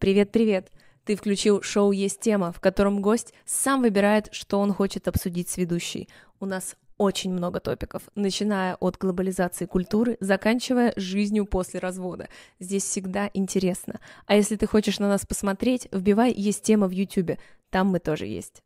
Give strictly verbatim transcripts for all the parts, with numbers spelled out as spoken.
Привет-привет! Ты включил шоу «Есть тема», в котором гость сам выбирает, что он хочет обсудить с ведущей. У нас очень много топиков, начиная от глобализации культуры, заканчивая жизнью после развода. Здесь всегда интересно. А если ты хочешь на нас посмотреть, вбивай «Есть тема» в Ютубе, там мы тоже есть.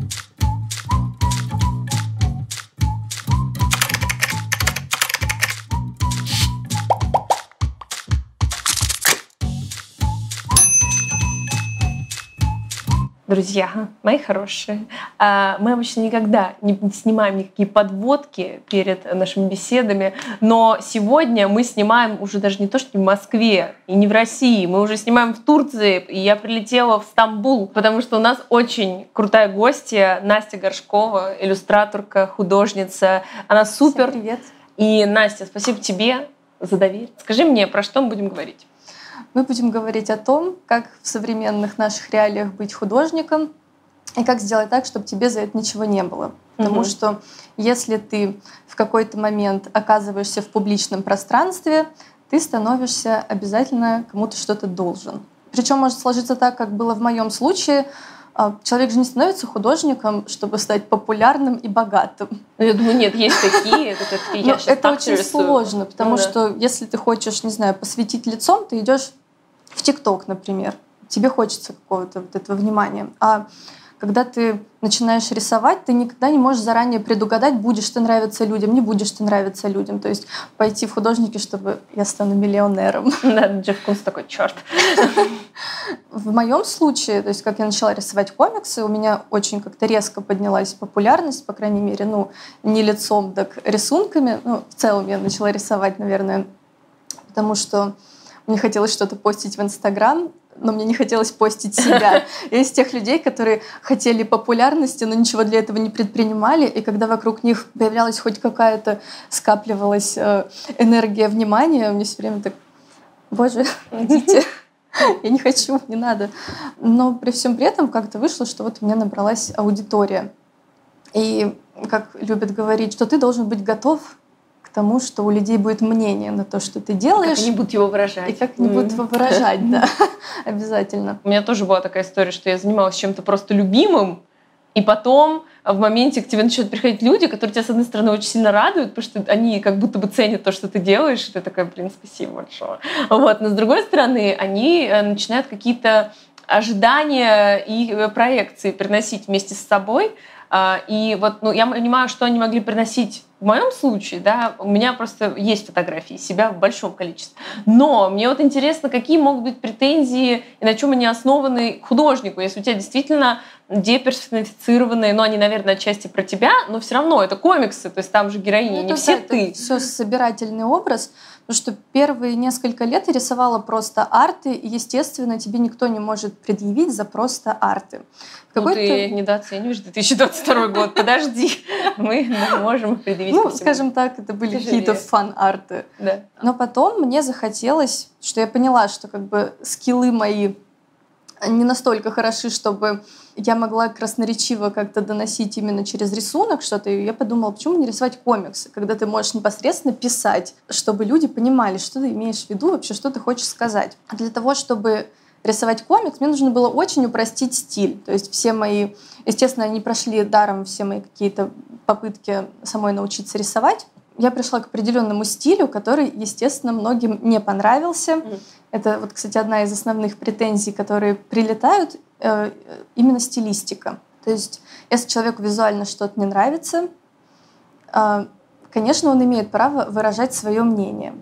Друзья, мои хорошие, мы обычно никогда не снимаем никакие подводки перед нашими беседами, но сегодня мы снимаем уже даже не то, что в Москве и не в России, мы уже снимаем в Турции, и я прилетела в Стамбул, потому что у нас очень крутая гостья Настя Горшкова, иллюстраторка, художница, она супер. Всем привет. И, Настя, спасибо тебе за доверие. Скажи мне, про что мы будем говорить? Мы будем говорить о том, как в современных наших реалиях быть художником и как сделать так, чтобы тебе за это ничего не было. Потому угу. что если ты в какой-то момент оказываешься в публичном пространстве, ты становишься обязательно кому-то что-то должен. Причем может сложиться так, как было в моем случае. Человек же не становится художником, чтобы стать популярным и богатым. Я думаю, нет, есть такие. Это, такие, я это очень рисую. Сложно, потому ну, да. что если ты хочешь, не знаю, посветить лицом, ты идешь в ТикТок, например. Тебе хочется какого-то вот этого внимания. А когда ты начинаешь рисовать, ты никогда не можешь заранее предугадать, будешь ты нравиться людям, не будешь ты нравиться людям. То есть пойти в художники, чтобы я стану миллионером. Да, Джефф Кунс такой, черт. В моем случае, то есть как я начала рисовать комиксы, у меня очень как-то резко поднялась популярность, по крайней мере, ну, не лицом, так рисунками. Ну, в целом я начала рисовать, наверное, потому что мне хотелось что-то постить в Инстаграм, но мне не хотелось постить себя. Я из тех людей, которые хотели популярности, но ничего для этого не предпринимали. И когда вокруг них появлялась хоть какая-то, скапливалась энергия внимания, мне все время так, боже, идите. Я не хочу, не надо. Но при всем при этом как-то вышло, что вот у меня набралась аудитория. И как любят говорить, что ты должен быть готов к тому, что у людей будет мнение на то, что ты делаешь. Как они будут его выражать. И как они mm. будут его выражать, да, обязательно. У меня тоже была такая история, что я занималась чем-то просто любимым, и потом в моменте к тебе начинают приходить люди, которые тебя, с одной стороны, очень сильно радуют, потому что они как будто бы ценят то, что ты делаешь, и ты такая, блин, спасибо большое. Вот. Но с другой стороны, они начинают какие-то ожидания и проекции приносить вместе с собой. И вот ну, я понимаю, что они могли приносить в моем случае, да, у меня просто есть фотографии себя в большом количестве. Но мне вот интересно, какие могут быть претензии и на чем они основаны к художнику, если у тебя действительно деперсонифицированные, ну, они, наверное, отчасти про тебя, но все равно это комиксы, то есть там же героини, ну, не все да, ты. Это все собирательный образ, потому что первые несколько лет я рисовала просто арты, и, естественно, тебе никто не может предъявить за просто арты. Ну, ты недооцениваешь две тысячи двадцать второй год, подожди, мы можем предъявить. Ну, скажем так, это были какие-то фан-арты. Да. Но потом мне захотелось, что я поняла, что как бы скиллы мои не настолько хороши, чтобы я могла красноречиво как-то доносить именно через рисунок что-то. И я подумала, почему не рисовать комиксы, когда ты можешь непосредственно писать, чтобы люди понимали, что ты имеешь в виду, вообще, что ты хочешь сказать. А для того, чтобы рисовать комикс, мне нужно было очень упростить стиль. То есть все мои... Естественно, они прошли даром все мои какие-то попытки самой научиться рисовать. Я пришла к определенному стилю, который, естественно, многим не понравился. Mm. Это, вот, кстати, одна из основных претензий, которые прилетают, э, именно стилистика. То есть если человеку визуально что-то не нравится, э, конечно, он имеет право выражать свое мнение.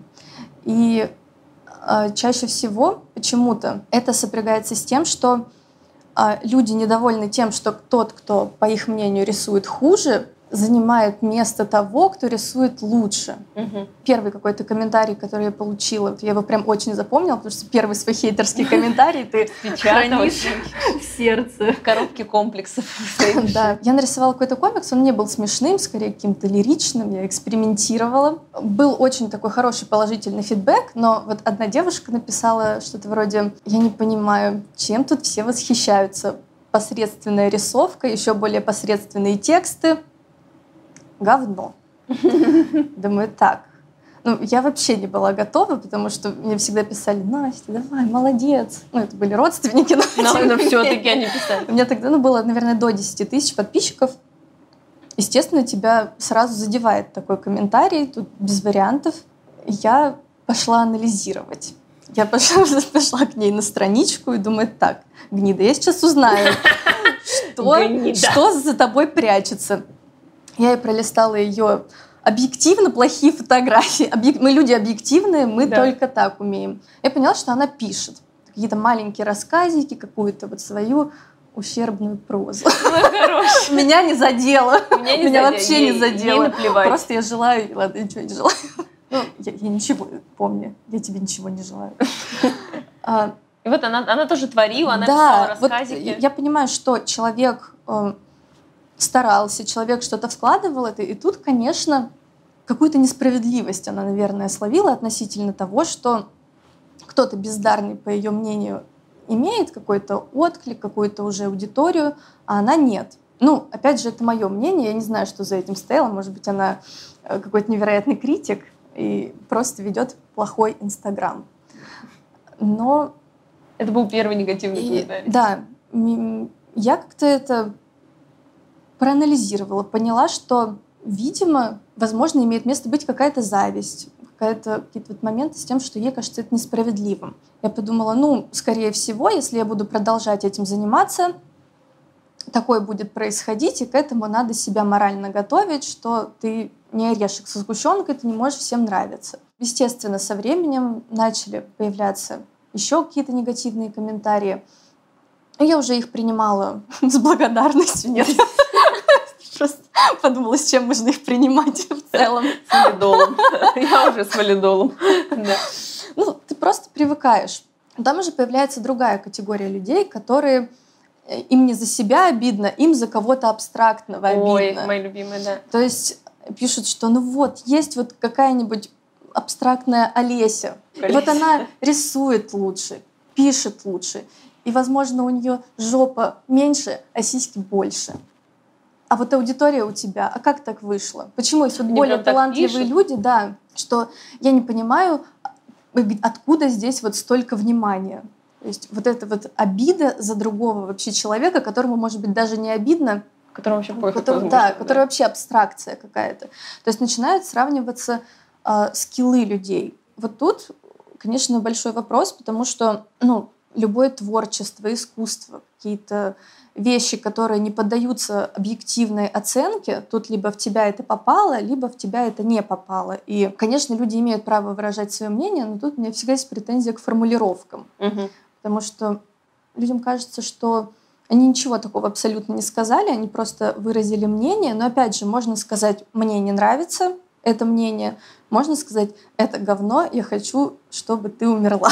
И э, чаще всего почему-то это сопрягается с тем, что э, люди недовольны тем, что тот, кто, по их мнению, рисует хуже, занимает место того, кто рисует лучше. Угу. Первый какой-то комментарий, который я получила, я его прям очень запомнила, потому что первый свой хейтерский комментарий ты хранишь в сердце. В коробке комплексов. Да. Я нарисовала какой-то комикс, он не был смешным, скорее каким-то лиричным, я экспериментировала. Был очень такой хороший положительный фидбэк, но вот одна девушка написала что-то вроде «Я не понимаю, чем тут все восхищаются? Посредственная рисовка, еще более посредственные тексты. Говно». Думаю, так, Ну, я вообще не была готова, потому что мне всегда писали: Настя, давай, молодец. Ну, это были родственники. Но, но, но все-таки они писали. У меня тогда ну, было, наверное, до десяти тысяч подписчиков. Естественно, тебя сразу задевает такой комментарий, тут без вариантов. Я пошла анализировать. Я пошла, пошла к ней на страничку и думаю: так, гнида, я сейчас узнаю, что, что за тобой прячется. Я и пролистала ее объективно плохие фотографии. Объек... Мы люди объективные, мы да. только так умеем. Я поняла, что она пишет какие-то маленькие рассказики, какую-то вот свою ущербную прозу. Ну, меня не задело. Меня, не меня задел. вообще ей, не задело. Ей наплевать. Просто я желаю... Ладно, я ничего не желаю. Ну, я, я ничего помню. Я тебе ничего не желаю. а, И вот она, она тоже творила, она да, писала рассказики. Вот я понимаю, что человек э, старался, человек что-то вкладывал это, и тут, конечно, какую-то несправедливость она, наверное, словила относительно того, что кто-то бездарный, по ее мнению, имеет какой-то отклик, какую-то уже аудиторию, а она нет. Ну, опять же, это мое мнение, я не знаю, что за этим стояло, может быть, она какой-то невероятный критик и просто ведет плохой Инстаграм. Но... Это был первый негативный комментарий. Да. Я как-то это проанализировала, поняла, что, видимо, возможно, имеет место быть какая-то зависть, какая-то, какие-то вот моменты с тем, что ей кажется это несправедливым. Я подумала, ну, скорее всего, если я буду продолжать этим заниматься, такое будет происходить, и к этому надо себя морально готовить, что ты не орешек со сгущенкой, ты не можешь всем нравиться. Естественно, со временем начали появляться еще какие-то негативные комментарии. И я уже их принимала с благодарностью. Нет, просто подумала, с чем можно их принимать в целом. С валидолом. Я уже с валидолом. Ну, ты просто привыкаешь. Там уже появляется другая категория людей, которые... Им не за себя обидно, им за кого-то абстрактного обидно. Ой, мои любимые, да. То есть пишут, что ну вот, есть вот какая-нибудь абстрактная Олеся. И вот она рисует лучше, пишет лучше. И, возможно, у нее жопа меньше, а сиськи больше. А вот аудитория у тебя, а как так вышло? Почему есть вот Они более талантливые люди, да, что я не понимаю, откуда здесь вот столько внимания. То есть вот эта вот обида за другого вообще человека, которому, может быть, даже не обидно, которому вообще пофиг, который, да, да, который вообще абстракция какая-то. То есть начинают сравниваться э, скиллы людей. Вот тут, конечно, большой вопрос, потому что ну, любое творчество, искусство, какие-то вещи, которые не поддаются объективной оценке, тут либо в тебя это попало, либо в тебя это не попало. И, конечно, люди имеют право выражать свое мнение, но тут у меня всегда есть претензия к формулировкам. Угу. Потому что людям кажется, что они ничего такого абсолютно не сказали, они просто выразили мнение. Но опять же, можно сказать, мне не нравится это мнение, можно сказать, это говно, я хочу, чтобы ты умерла.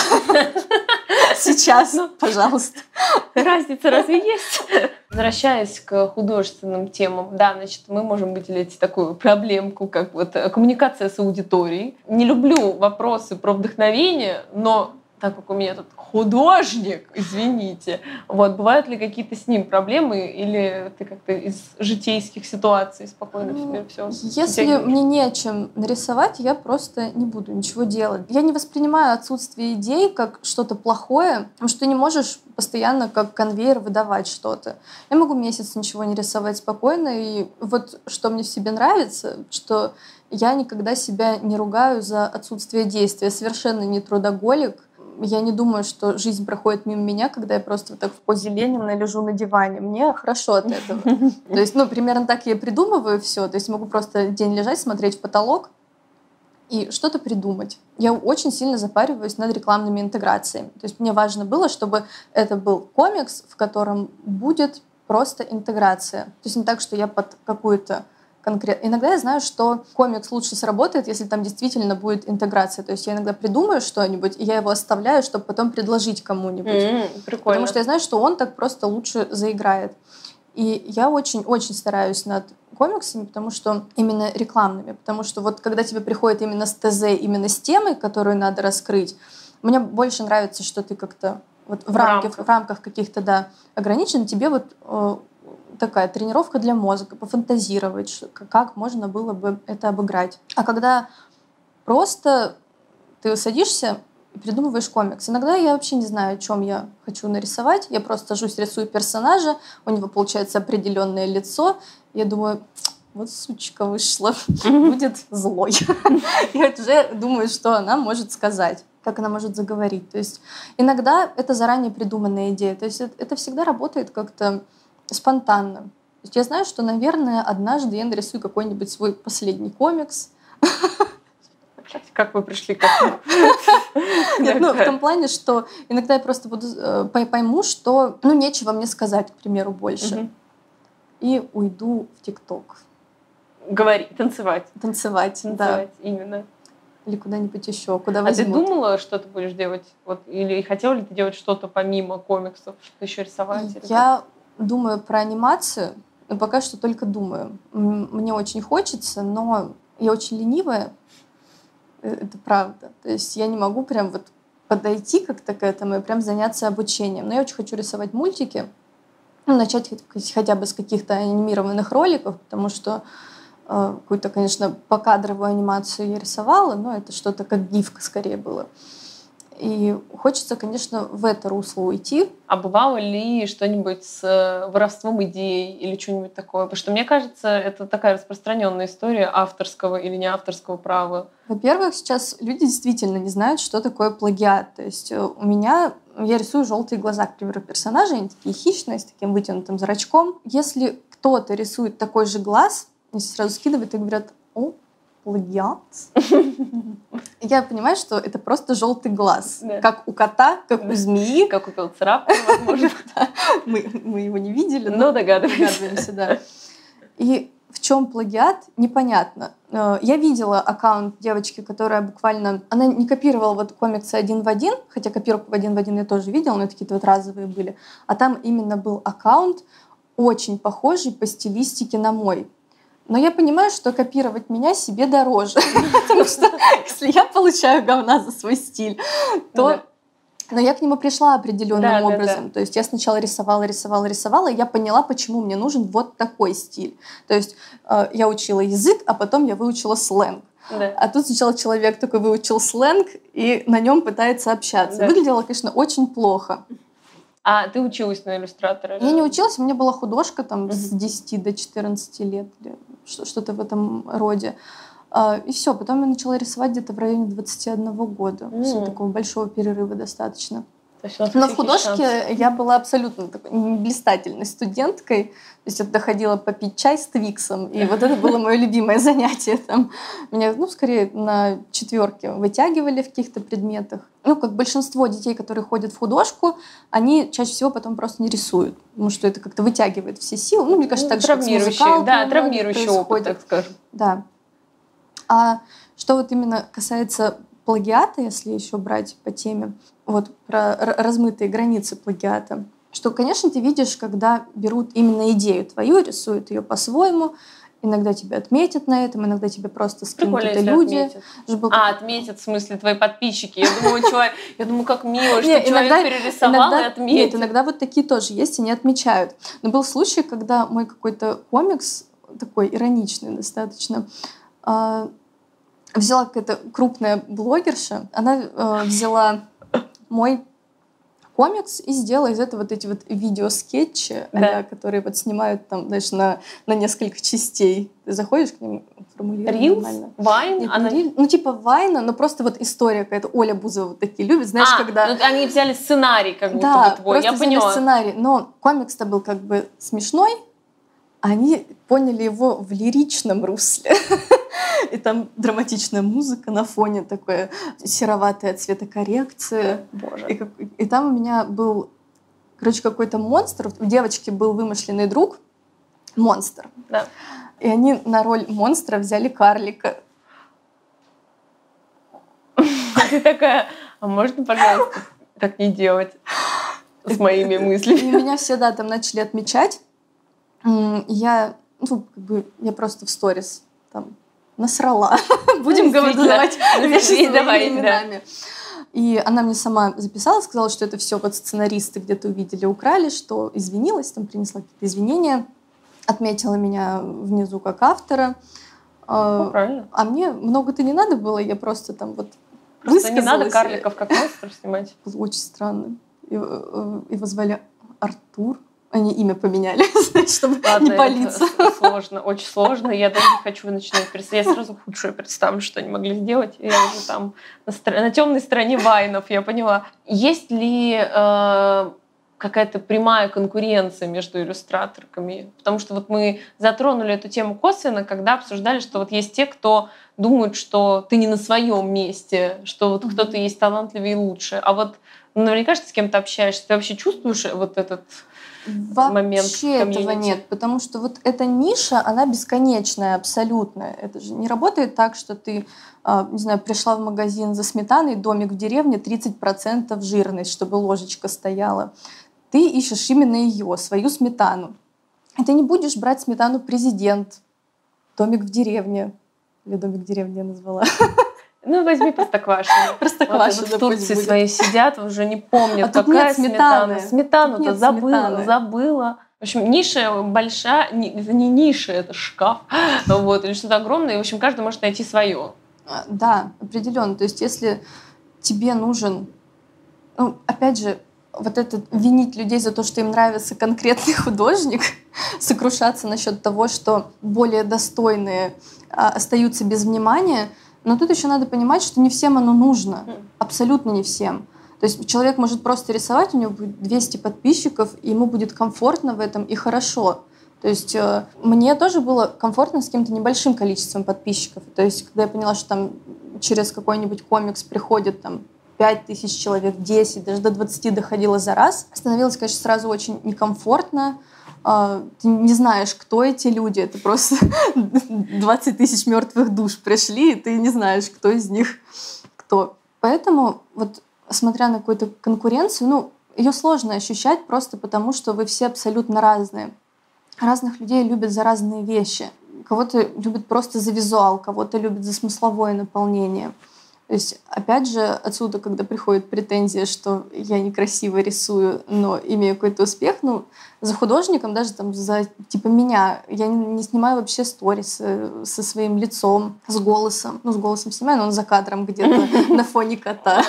Сейчас, пожалуйста. Разница разве есть? Возвращаясь к художественным темам, да, значит, мы можем выделить такую проблемку, как вот коммуникация с аудиторией. Не люблю вопросы про вдохновение, но так как у меня тут художник, извините, вот, бывают ли какие-то с ним проблемы, или ты как-то из житейских ситуаций спокойно в себе все Если утягиваешь? Мне не о чем нарисовать, я просто не буду ничего делать. Я не воспринимаю отсутствие идей как что-то плохое, потому что ты не можешь постоянно как конвейер выдавать что-то. Я могу месяц ничего не рисовать спокойно, и вот что мне в себе нравится, что я никогда себя не ругаю за отсутствие действия. Я совершенно не трудоголик. Я не думаю, что жизнь проходит мимо меня, когда я просто вот так в позе Ленина лежу на диване. Мне хорошо от этого. То есть, ну, примерно так я и придумываю все. То есть могу просто день лежать, смотреть в потолок и что-то придумать. Я очень сильно запариваюсь над рекламными интеграциями. То есть мне важно было, чтобы это был комикс, в котором будет просто интеграция. То есть не так, что я под какую-то конкретно. Иногда я знаю, что комикс лучше сработает, если там действительно будет интеграция. То есть я иногда придумаю что-нибудь, и я его оставляю, чтобы потом предложить кому-нибудь. Mm, прикольно. Потому что я знаю, что он так просто лучше заиграет. И я очень-очень стараюсь над комиксами, потому что именно рекламными. Потому что вот когда тебе приходит именно с ТЗ, именно с темой, которую надо раскрыть, мне больше нравится, что ты как-то вот в, в рамках, рамках. в рамках каких-то да, ограничен, тебе вот э, такая тренировка для мозга, пофантазировать, как можно было бы это обыграть. А когда просто ты садишься и придумываешь комикс. Иногда я вообще не знаю, о чем я хочу нарисовать. Я просто сажусь, рисую персонажа, у него получается определенное лицо. Я думаю, вот сучка вышла, будет злой. Я уже думаю, что она может сказать, как она может заговорить. То есть иногда это заранее придуманная идея. То есть это всегда работает как-то спонтанно. То есть я знаю, что, наверное, однажды я нарисую какой-нибудь свой последний комикс. Как вы пришли к этому? Нет, ну, в том плане, что иногда я просто буду, пойму, что ну, нечего мне сказать, к примеру, больше. И уйду в ТикТок. Говорить, танцевать. Танцевать, танцевать да. Именно. Или куда-нибудь еще, куда возьмут. А ты думала, что ты будешь делать? Вот, или хотела ли ты делать что-то помимо комиксов? Что-то еще рисовать? Я думаю про анимацию, но пока что только думаю. Мне очень хочется, но я очень ленивая. Это правда. То есть я не могу прям вот подойти как-то к этому и прям заняться обучением. Но я очень хочу рисовать мультики. Ну, начать хотя бы с каких-то анимированных роликов, потому что э, какую-то, конечно, покадровую анимацию я рисовала, но это что-то как гифка скорее было. И хочется, конечно, в это русло уйти. А бывало ли что-нибудь с воровством идей или что-нибудь такое? Потому что, мне кажется, это такая распространенная история авторского или не авторского права. Во-первых, сейчас люди действительно не знают, что такое плагиат. То есть у меня... Я рисую желтые глаза, к примеру, персонажей. Они такие хищные, с таким вытянутым зрачком. Если кто-то рисует такой же глаз, они сразу скидывают и говорят: «О, плагиат». Я понимаю, что это просто желтый глаз. Да. Как у кота, как да. у змеи. Как у велоцираптора, возможно. мы, мы его не видели, но, но догадываемся. догадываемся. Да. И в чем плагиат, непонятно. Я видела аккаунт девочки, которая буквально... Она не копировала вот комиксы один в один, хотя копировку в один в один я тоже видела, но это какие-то вот разовые были. А там именно был аккаунт, очень похожий по стилистике на мой. Но я понимаю, что копировать меня себе дороже. Потому что если я получаю говна за свой стиль, то... Но я к нему пришла определенным да, образом. Да, да. То есть я сначала рисовала, рисовала, рисовала, и я поняла, почему мне нужен вот такой стиль. То есть э, я учила язык, а потом я выучила сленг. Да. А тут сначала человек такой выучил сленг и на нем пытается общаться. Да. Выглядело, конечно, очень плохо. А ты училась на иллюстратора? Я не училась, у меня была художка там, mm-hmm. с десяти до четырнадцати лет, или что-то в этом роде. И все, потом я начала рисовать где-то в районе двадцати одного года. Mm. Все, такого большого перерыва достаточно. Но в художке шанс. Я была абсолютно такой блистательной студенткой. То есть я доходила попить чай с Твиксом. И вот это было мое любимое занятие. Там меня, ну, скорее, на четверке вытягивали в каких-то предметах. Ну, как большинство детей, которые ходят в художку, они чаще всего потом просто не рисуют. Потому что это как-то вытягивает все силы. Ну, мне кажется, так же, как с музыкалкой. Да, травмирующий опыт, так скажем. Да. А что вот именно касается плагиата, если еще брать по теме, вот про размытые границы плагиата, что, конечно, ты видишь, когда берут именно идею твою, рисуют ее по-своему, иногда тебя отметят на этом, иногда тебе просто скинут это люди. Отметят. А, отметят, в смысле, твои подписчики. Я думаю, человек, я думаю, как мило, что человек перерисовал и отметил. Нет, иногда вот такие тоже есть, они отмечают. Но был случай, когда мой какой-то комикс, такой ироничный достаточно, взяла какая-то крупная блогерша, она э, взяла мой комикс и сделала из этого вот эти вот видеоскетчи, да. которые вот снимают там, знаешь, на, на несколько частей. Ты заходишь к ним, формулируешь нормально. Вайн? Нет, она... Ну, типа Вайна, но просто вот история какая-то. Оля Бузова вот такие любит, знаешь, а, когда... Ну, они взяли сценарий как будто да, бы твой, я поняла. Да, сценарий, но комикс-то был как бы смешной, они поняли его в лиричном русле. И там драматичная музыка на фоне, такая сероватая цветокоррекция. Боже. И, и там у меня был, короче, какой-то монстр. У девочки был вымышленный друг, монстр. Да. И они на роль монстра взяли карлика. Ты такая, а можно, пожалуйста, так не делать с моими мыслями? И меня все, да, там начали отмечать. Я, ну, как бы, я просто в сторис там насрала. Будем называть вещи своими именами. И она мне сама записала, сказала, что это все вот сценаристы где-то увидели, украли, что извинилась, там принесла какие-то извинения, отметила меня внизу как автора. Ну, правильно. А мне много-то не надо было, я просто там вот Просто не надо карликов как монстров снимать. Было очень странно. Его звали Артур. Они имя поменяли, чтобы Ладно, не палиться. Это сложно, очень сложно. Я даже не хочу начинать представлять. Я сразу худшее представлю, что они могли сделать. Я уже там на, стр... на темной стороне вайнов, я поняла. Есть ли э, какая-то прямая конкуренция между иллюстраторками? Потому что вот мы затронули эту тему косвенно, когда обсуждали, что вот есть те, кто думают, что ты не на своем месте, что вот mm-hmm. кто-то есть талантливее и лучше. А вот наверняка, что ты с кем-то общаешься, ты вообще чувствуешь вот этот... Вообще этого нет, потому что вот эта ниша, она бесконечная абсолютно. Это же не работает так, что ты, не знаю, пришла в магазин за сметаной, домик в деревне, тридцать процентов жирность, чтобы ложечка стояла. Ты ищешь именно ее, свою сметану. И ты не будешь брать сметану «Президент», «Домик в деревне». Или «Домик в деревне» я назвала. Ну, возьми Простоквашино. Простоквашино, вот в Турции свои сидят, уже не помнят, а какая сметана. Сметану-то забыла, сметаны. забыла. В общем, ниша большая, не, это не ниша, это шкаф, вот, или что-то огромное, и, в общем, каждый может найти свое. Да, определенно. То есть, если тебе нужен, ну, опять же, вот это винить людей за то, что им нравится конкретный художник, сокрушаться насчет того, что более достойные а, остаются без внимания. Но тут еще надо понимать, что не всем оно нужно. Абсолютно не всем. То есть человек может просто рисовать, у него будет двести подписчиков, и ему будет комфортно в этом и хорошо. То есть э, мне тоже было комфортно с каким-то небольшим количеством подписчиков. То есть когда я поняла, что там через какой-нибудь комикс приходит там пять тысяч человек, десять, даже до двадцати доходило за раз, становилось, конечно, сразу очень некомфортно. Ты не знаешь, кто эти люди. Это просто двадцать тысяч мертвых душ пришли, и ты не знаешь, кто из них кто. Поэтому, вот, смотря на какую-то конкуренцию, ну, ее сложно ощущать просто потому, что вы все абсолютно разные. Разных людей любят за разные вещи. Кого-то любят просто за визуал, кого-то любят за смысловое наполнение. То есть, опять же, отсюда, когда приходит претензия, что я некрасиво рисую, но имею какой-то успех, ну, за художником, даже там за типа меня, я не, не снимаю вообще сторис со своим лицом, с голосом. Ну, с голосом снимаю, но он за кадром где-то на фоне кота.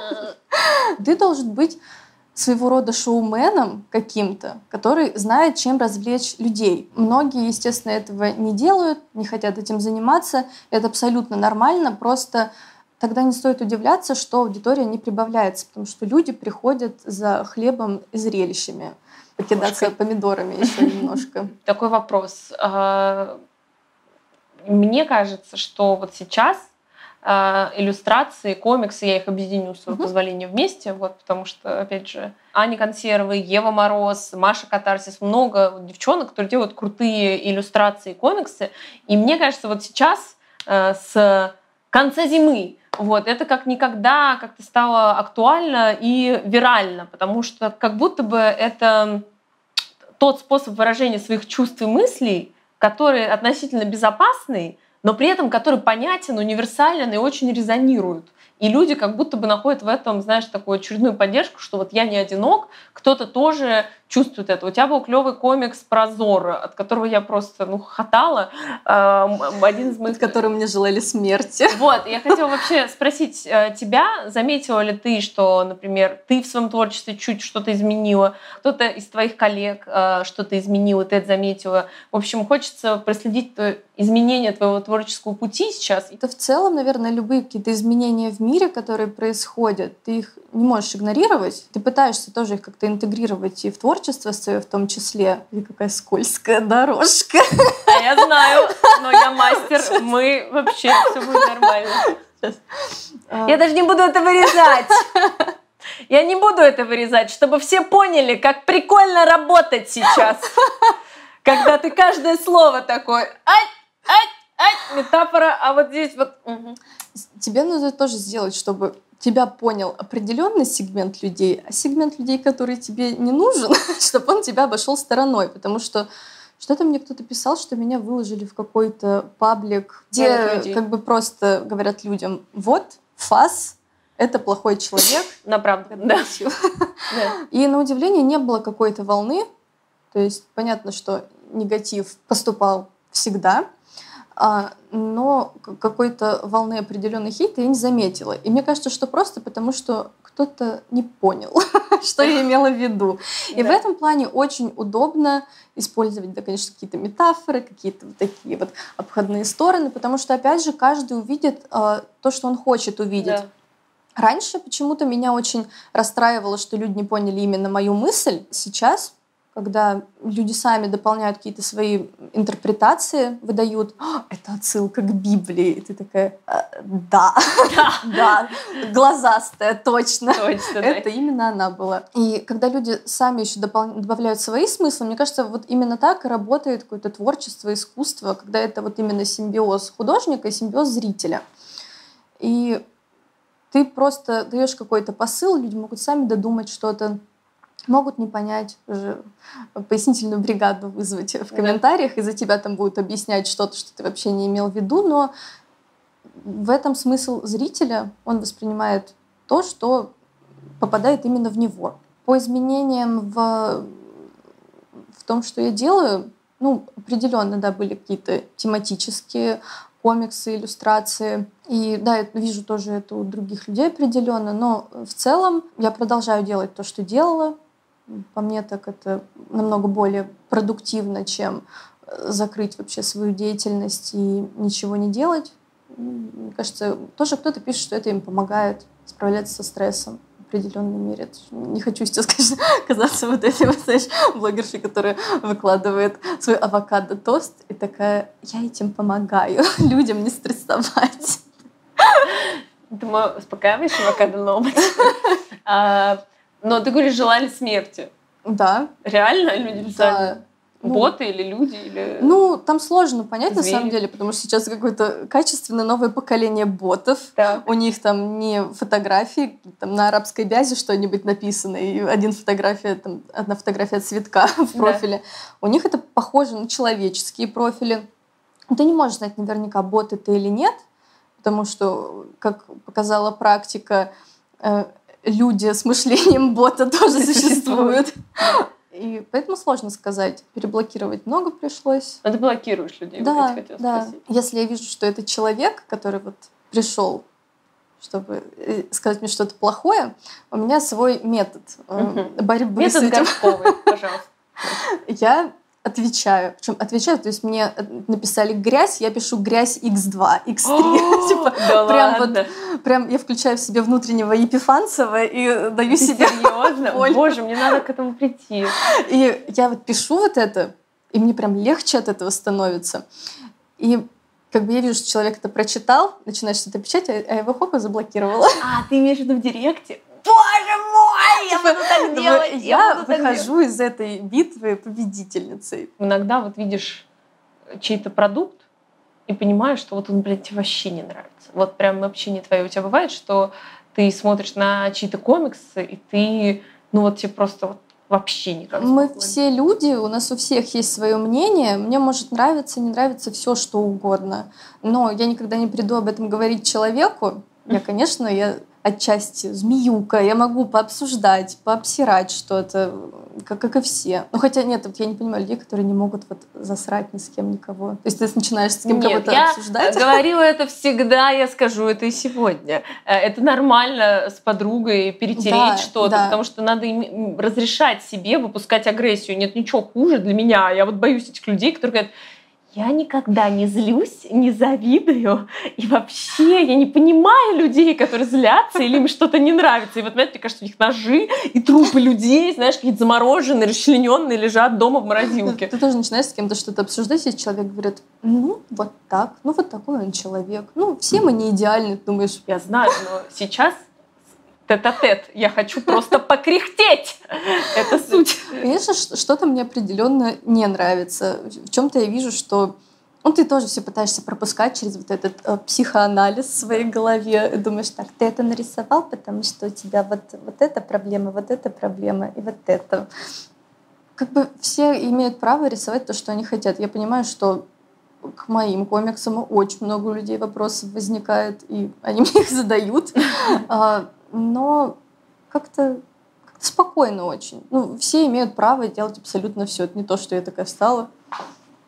Ты должен быть своего рода шоуменом каким-то, который знает, чем развлечь людей. Многие, естественно, этого не делают, не хотят этим заниматься. Это абсолютно нормально, просто тогда не стоит удивляться, что аудитория не прибавляется, потому что люди приходят за хлебом и зрелищами. Покидаться Ложкой. Помидорами еще немножко. Такой вопрос. Мне кажется, что вот сейчас иллюстрации, комиксы, я их объединю, с своего позволения, вместе, вот, потому что, опять же, Аня Консервы, Ева Мороз, Маша Катарсис, много девчонок, которые делают крутые иллюстрации и комиксы. И мне кажется, вот сейчас с конца зимы вот, это как никогда как-то стало актуально и вирально, потому что как будто бы это тот способ выражения своих чувств и мыслей, который относительно безопасный, но при этом который понятен, универсален и очень резонирует. И люди как будто бы находят в этом, знаешь, такую очередную поддержку, что вот я не одинок, кто-то тоже чувствует это. У тебя был клевый комикс про Зорро, от которого я просто, ну, хохотала. Один из моих... От которого мне желали смерти. Вот, я хотела вообще спросить тебя, заметила ли ты, что, например, ты в своем творчестве чуть что-то изменила, кто-то из твоих коллег что-то изменил, и ты это заметила. В общем, хочется проследить изменения твоего творческого пути сейчас. Это в целом, наверное, любые какие-то изменения в мире, которые происходят, ты их не можешь игнорировать. Ты пытаешься тоже их как-то интегрировать и в творчество свое в том числе. И какая скользкая дорожка. А я знаю, но я мастер. Мы вообще, все будет нормально. Сейчас. Я даже не буду это вырезать. Я не буду это вырезать, чтобы все поняли, как прикольно работать сейчас. Когда ты каждое слово такое... Ай, ай, ай, метафора, а вот здесь вот... Угу. Тебе нужно тоже сделать, чтобы тебя понял определенный сегмент людей, а сегмент людей, который тебе не нужен, чтобы он тебя обошел стороной. Потому что что-то мне кто-то писал, что меня выложили в какой-то паблик, где как бы просто говорят людям: вот, Фас — это плохой человек. На правду, да. И на удивление не было какой-то волны. То есть понятно, что негатив поступал всегда. а, но какой-то волны определенной хейта я не заметила. И мне кажется, что просто потому, что кто-то не понял, что я имела в виду. И в этом плане очень удобно использовать, да, конечно, какие-то метафоры, какие-то вот такие вот обходные стороны, потому что, опять же, каждый увидит а, то, что он хочет увидеть. Да. Раньше почему-то меня очень расстраивало, что люди не поняли именно мою мысль. Сейчас, когда люди сами дополняют какие-то свои интерпретации, выдают, это отсылка к Библии, и ты такая, да, да, глазастая, точно, это именно она была. И когда люди сами еще добавляют свои смыслы, мне кажется, вот именно так и работает какое-то творчество, искусство, когда это вот именно симбиоз художника и симбиоз зрителя. И ты просто даешь какой-то посыл, люди могут сами додумать что-то, могут не понять, уже пояснительную бригаду вызвать в комментариях, да. И за тебя там будут объяснять что-то, что ты вообще не имел в виду, но в этом смысл зрителя, он воспринимает то, что попадает именно в него. По изменениям в, в том, что я делаю, ну, определенно, да, были какие-то тематические комиксы, иллюстрации. И да, я вижу тоже это у других людей определенно, но в целом я продолжаю делать то, что делала. По мне так это намного более продуктивно, чем закрыть вообще свою деятельность и ничего не делать. Мне кажется, тоже кто-то пишет, что это им помогает справляться со стрессом в определенной мере. Не хочу сейчас, конечно, казаться вот этой, вот, знаешь, блогершей, которая выкладывает свой авокадо-тост и такая, я этим помогаю людям не стрессовать. Думаю, успокаиваешь авокадо ломать. Но ты говоришь, желали смерти. Да. Реально люди писали? Да. Боты ну, или люди? Или... Ну, там сложно понять, звери. На самом деле, потому что сейчас какое-то качественное новое поколение ботов. Так. У них там не фотографии, там на арабской бязе что-нибудь написано, и один фотография, там, одна фотография цветка в профиле. Да. У них это похоже на человеческие профили. Ты не можешь знать наверняка, бот это или нет, потому что, как показала практика, люди с мышлением бота тоже существуют. И поэтому сложно сказать. Переблокировать много пришлось. А ты блокируешь людей? Да, вот да. Спросить. Если я вижу, что это человек, который вот пришел, чтобы сказать мне что-то плохое, у меня свой метод угу. борьбы метод с этим. Метод Горшковой, пожалуйста. Я отвечаю. Причем отвечаю, то есть мне написали грязь, я пишу грязь икс два, икс три. Типа прям вот, прям я включаю в себе внутреннего Епифанцева и даю себе серьезно? Боже, мне надо к этому прийти. И я вот пишу вот это, и мне прям легче от этого становится. И как бы я вижу, что человек это прочитал, начинает что-то печатать, а я его хоп и заблокировала. А, ты имеешь в виду в директе? Боже мой, я буду так делать. Я, я выхожу из этой битвы победительницей. Иногда вот видишь чей-то продукт и понимаешь, что вот он, блядь, тебе вообще не нравится. Вот прям вообще не твое. У тебя бывает, что ты смотришь на чьи-то комиксы, и ты, ну вот тебе просто вот вообще никак. Мы все люди, у нас у всех есть свое мнение. Мне может нравиться, не нравиться все, что угодно. Но я никогда не приду об этом говорить человеку. Я, конечно, я отчасти змеюка, я могу пообсуждать, пообсирать что-то, как, как и все. Ну, хотя нет, вот я не понимаю людей, которые не могут вот засрать ни с кем никого. То есть ты начинаешь с кем кого-то я обсуждать. Я говорила это всегда, я скажу это и сегодня. Это нормально с подругой перетереть да, что-то, да. Потому что надо им разрешать себе выпускать агрессию. Нет ничего хуже для меня. Я вот боюсь этих людей, которые говорят, я никогда не злюсь, не завидую. И вообще я не понимаю людей, которые злятся или им что-то не нравится. И вот, мне кажется, у них ножи и трупы людей, знаешь, какие-то замороженные, расчлененные, лежат дома в морозилке. Ты тоже начинаешь с кем-то что-то обсуждать, и человек говорит, ну, вот так, ну, вот такой он человек. Ну, все мы не идеальны, думаешь. Я знаю, но сейчас тет-а-тет. Я хочу просто покряхтеть. Это суть. Конечно, что-то мне определенно не нравится. В чем-то я вижу, что ну, ты тоже все пытаешься пропускать через вот этот э, психоанализ в своей голове. И думаешь, так, ты это нарисовал, потому что у тебя вот, вот эта проблема, вот эта проблема и вот это. Как бы все имеют право рисовать то, что они хотят. Я понимаю, что к моим комиксам очень много у людей вопросов возникает, и они мне их задают. Но как-то, как-то спокойно очень. Ну, все имеют право делать абсолютно все. Это не то, что я такая встала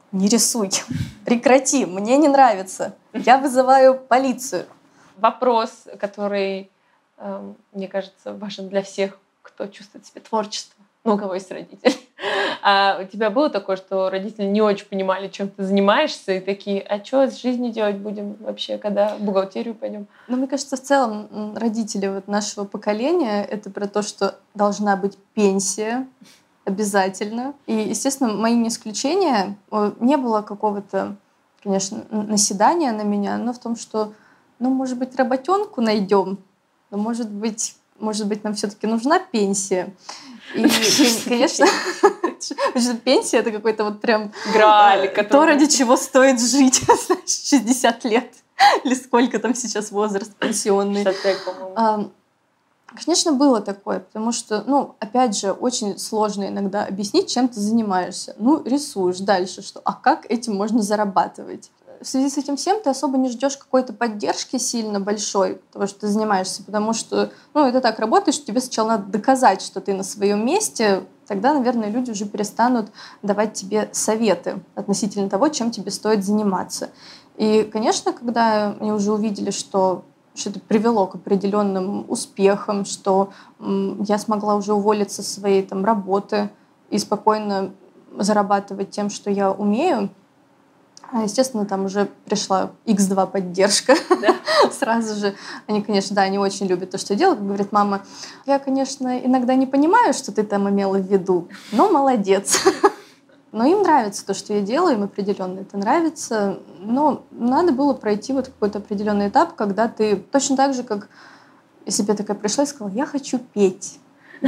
не рисуй, прекрати, мне не нравится, я вызываю полицию. Вопрос, который, э, мне кажется, важен для всех, кто чувствует в себе творчество. Ну, у кого есть родители. А у тебя было такое, что родители не очень понимали, чем ты занимаешься, и такие, а что с жизнью делать будем вообще, когда в бухгалтерию пойдем? Ну, мне кажется, в целом родители вот нашего поколения — это про то, что должна быть пенсия обязательно. И, естественно, моим исключением не было какого-то, конечно, наседания на меня, но в том, что, ну, может быть, работенку найдем, но, может быть, может быть, нам все-таки нужна пенсия. И, конечно, пенсия — это какой-то вот прям Грааль, то, ради чего стоит жить, знаешь, шестьдесят лет. Или сколько там сейчас возраст пенсионный. шестьдесят пять, по-моему. Конечно, было такое, потому что, ну, опять же, очень сложно иногда объяснить, чем ты занимаешься. Ну, рисуешь, дальше что? А как этим можно зарабатывать? В связи с этим всем ты особо не ждешь какой-то поддержки сильно большой того, что ты занимаешься, потому что, ну, это так работает, что тебе сначала надо доказать, что ты на своем месте, тогда, наверное, люди уже перестанут давать тебе советы относительно того, чем тебе стоит заниматься. И, конечно, когда они уже увидели, что что это привело к определенным успехам, что м, я смогла уже уволиться со своей там работы и спокойно зарабатывать тем, что я умею. Естественно, там уже пришла икс два поддержка. Да. Сразу же. Они, конечно, да, они очень любят то, что я делаю. Говорит, мама, я, конечно, иногда не понимаю, что ты там имела в виду, но молодец. Но им нравится то, что я делаю, им определенно это нравится. Но надо было пройти вот какой-то определенный этап, когда ты точно так же, как если бы я такая пришла и сказала, я хочу петь.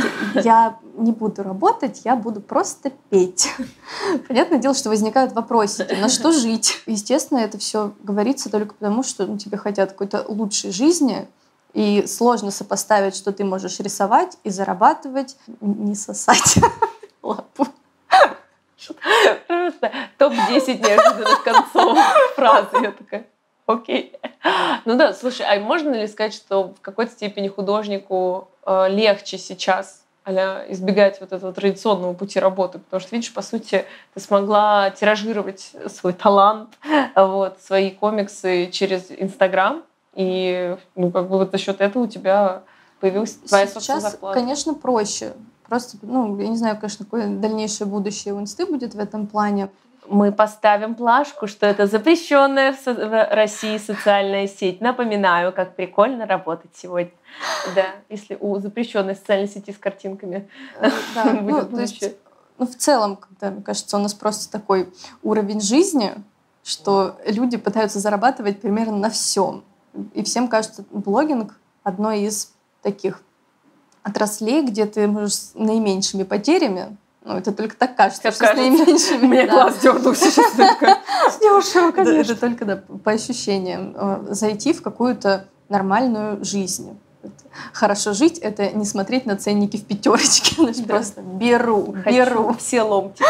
Я не буду работать, я буду просто петь. Понятное дело, что возникают вопросики, на что жить. Естественно, это все говорится только потому, что ну, тебе хотят какой-то лучшей жизни, и сложно сопоставить, что ты можешь рисовать и зарабатывать, не сосать лапу. Просто топ десять неожиданных концов фразы. Я такая, окей. Ну да, слушай, а можно ли сказать, что в какой-то степени художнику э, легче сейчас а-ля избегать вот этого традиционного пути работы? Потому что, видишь, по сути, ты смогла тиражировать свой талант, вот, свои комиксы через Инстаграм, и ну, как бы вот за счет этого у тебя появилась твоя собственная зарплата. Сейчас, конечно, проще. Просто, ну, я не знаю, конечно, какое дальнейшее будущее у Инсты будет в этом плане. Мы поставим плашку, что это запрещенная в, со- в России социальная сеть. Напоминаю, как прикольно работать сегодня. Да, если у запрещенной социальной сети с картинками да, ну, то есть, ну, в целом, когда, мне кажется, у нас просто такой уровень жизни, что люди пытаются зарабатывать примерно на всем. И всем кажется, блогинг одно из таких отраслей, где ты можешь с наименьшими потерями, ну, это только так кажется, как что кажется. С наименьшими... У меня да. Глаз дернулся сейчас. Дешево, конечно. Это только да, по ощущениям. Зайти в какую-то нормальную жизнь. Хорошо жить — это не смотреть на ценники в пятерочке. Да. Просто беру, Хочу беру. все ломтики.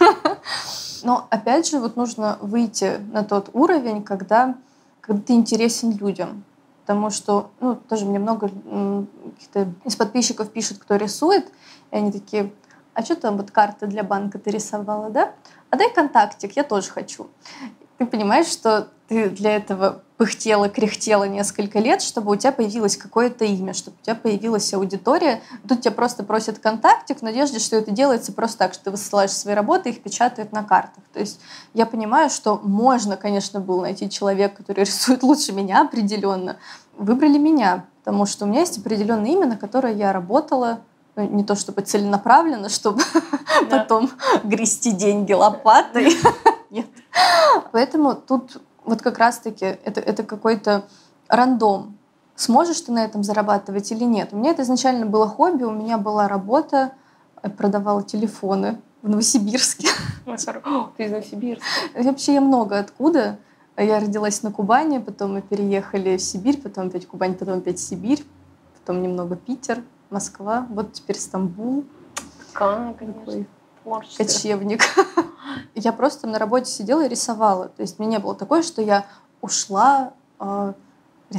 Но опять же, вот нужно выйти на тот уровень, когда, когда ты интересен людям. Потому что, ну, тоже мне много каких-то из подписчиков пишут, кто рисует, и они такие, а что там вот карты для банка ты рисовала, да? А дай контактик, я тоже хочу. Ты понимаешь, что ты для этого пыхтела, кряхтела несколько лет, чтобы у тебя появилось какое-то имя, чтобы у тебя появилась аудитория. Тут тебя просто просят контактик в надежде, что это делается просто так, что ты высылаешь свои работы, их печатают на картах. То есть я понимаю, что можно, конечно, было найти человека, который рисует лучше меня определенно. Выбрали меня, потому что у меня есть определенное имя, на которое я работала, ну, не то чтобы целенаправленно, чтобы да. потом грести деньги лопатой. Нет. Поэтому тут вот как раз-таки это, это какой-то рандом. Сможешь ты на этом зарабатывать или нет? У меня это изначально было хобби, у меня была работа, я продавала телефоны в Новосибирске. Ты из Новосибирска. Вообще я много откуда. Я родилась на Кубани, потом мы переехали в Сибирь, потом опять Кубань, потом опять Сибирь, потом немного Питер, Москва, вот теперь Стамбул. Как, конечно. Кочевник. Я просто на работе сидела и рисовала. То есть у меня не было такое, что я ушла э,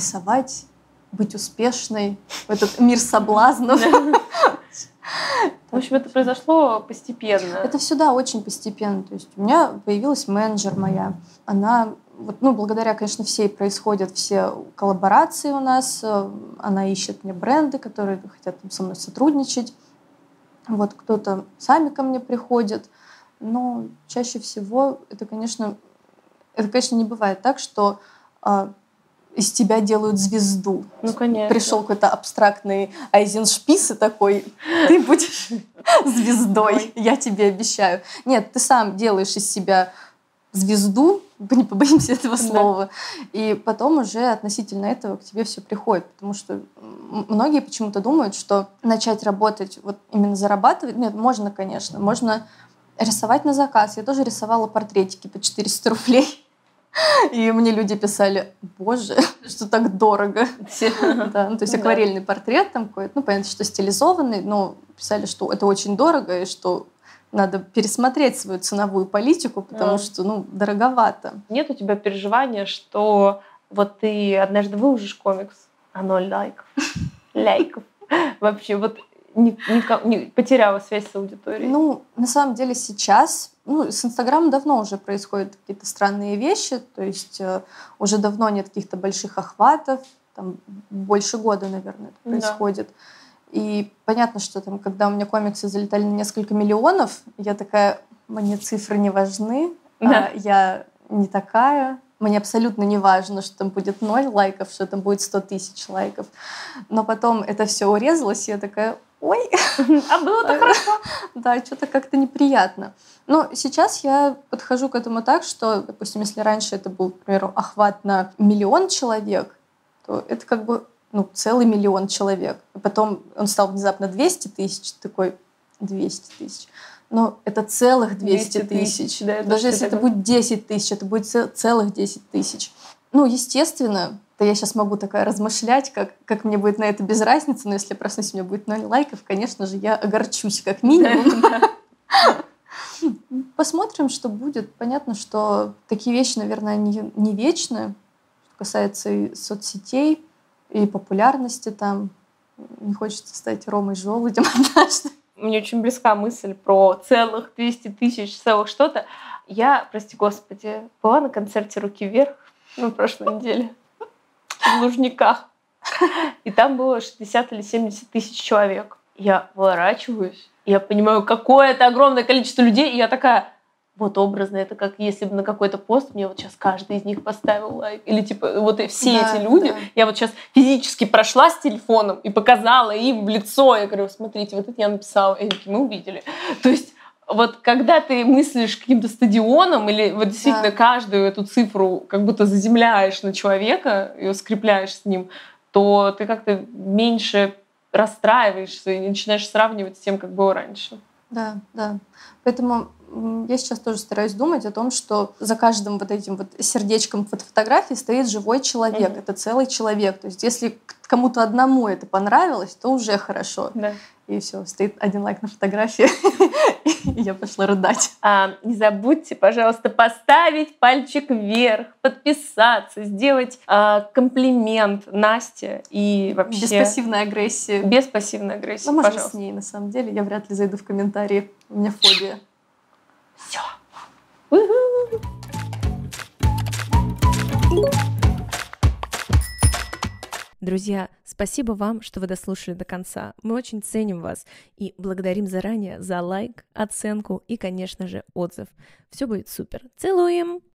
рисовать, быть успешной в этот мир соблазнов. В общем, это произошло постепенно. Это всегда очень постепенно. То есть у меня появилась менеджер моя. Она, вот, ну, благодаря, конечно, всей происходят все коллаборации у нас. Она ищет мне бренды, которые хотят со мной сотрудничать. Вот кто-то сами ко мне приходит. Но чаще всего это, конечно, это, конечно, не бывает так, что а, из тебя делают звезду. Ну, конечно. Пришел какой-то абстрактный Айзеншпис и такой: ты будешь звездой, я тебе обещаю. Нет, ты сам делаешь из себя звезду, не побоимся этого слова, да. И потом уже относительно этого к тебе все приходит, потому что многие почему-то думают, что начать работать, вот именно зарабатывать, нет, можно, конечно, можно рисовать на заказ. Я тоже рисовала портретики по четыреста рублей. И мне люди писали: боже, что так дорого. Да, ну, то есть акварельный портрет там какой-то, ну, понятно, что стилизованный, но писали, что это очень дорого и что надо пересмотреть свою ценовую политику, потому что, ну, дороговато. Нет у тебя переживания, что вот ты однажды выложишь комикс, а ноль лайков, лайков. Вообще, вот не, не, не потеряла связь с аудиторией? Ну, на самом деле сейчас, ну, с Инстаграмом давно уже происходят какие-то странные вещи, то есть э, уже давно нет каких-то больших охватов, там больше года, наверное, это происходит. Да. И понятно, что там, когда у меня комиксы залетали на несколько миллионов, я такая: мне цифры не важны, да. а я не такая. Мне абсолютно не важно, что там будет ноль лайков, что там будет сто тысяч лайков. Но потом это все урезалось, и я такая: ой, а было-то хорошо. Да, что-то как-то неприятно. Но сейчас я подхожу к этому так, что, допустим, если раньше это был, к примеру, охват на миллион человек, то это как бы, ну, целый миллион человек. И потом он стал внезапно двести тысяч, такой: двести тысяч. Но это целых двести тысяч. Да, даже если это будет десять тысяч, это будет целых десять тысяч. Ну, естественно, то я сейчас могу такая размышлять, как, как мне будет на это без разницы, но если я проснусь, у меня будет ноль лайков, конечно же, я огорчусь как минимум. Посмотрим, что будет. Понятно, что такие вещи, наверное, они не вечны. Что касается и соцсетей, и популярности там. Не хочется стать Ромой Желудем однажды. Мне очень близка мысль про целых двести тысяч, целых что-то. Я, прости господи, была на концерте «Руки вверх» на прошлой неделе в Лужниках. И там было шестьдесят или семьдесят тысяч человек. Я поворачиваюсь, я понимаю, какое это огромное количество людей, и я такая: вот образно, это как если бы на какой-то пост мне вот сейчас каждый из них поставил лайк. Или типа вот и все да, эти люди, да. Я вот сейчас физически прошла с телефоном и показала им в лицо. Я говорю: смотрите, вот это я написала. И мы увидели. То есть вот когда ты мыслишь каким-то стадионом или вот действительно да. каждую эту цифру как будто заземляешь на человека и скрепляешь с ним, то ты как-то меньше расстраиваешься и начинаешь сравнивать с тем, как было раньше. Да, да. Поэтому я сейчас тоже стараюсь думать о том, что за каждым вот этим вот сердечком под фотографией стоит живой человек. Mm-hmm. Это целый человек. То есть если кому-то одному это понравилось, то уже хорошо. Да. И все, стоит один лайк на фотографии, и я пошла рыдать. А, не забудьте, пожалуйста, поставить пальчик вверх, подписаться, сделать а, комплимент Насте и вообще... Без пассивной агрессии. Без пассивной агрессии, ну, можно пожалуйста. с ней, на самом деле. Я вряд ли зайду в комментарии. У меня фобия. Все. Друзья, спасибо вам, что вы дослушали до конца. Мы очень ценим вас и благодарим заранее за лайк, оценку и, конечно же, отзыв. Все будет супер. Целуем!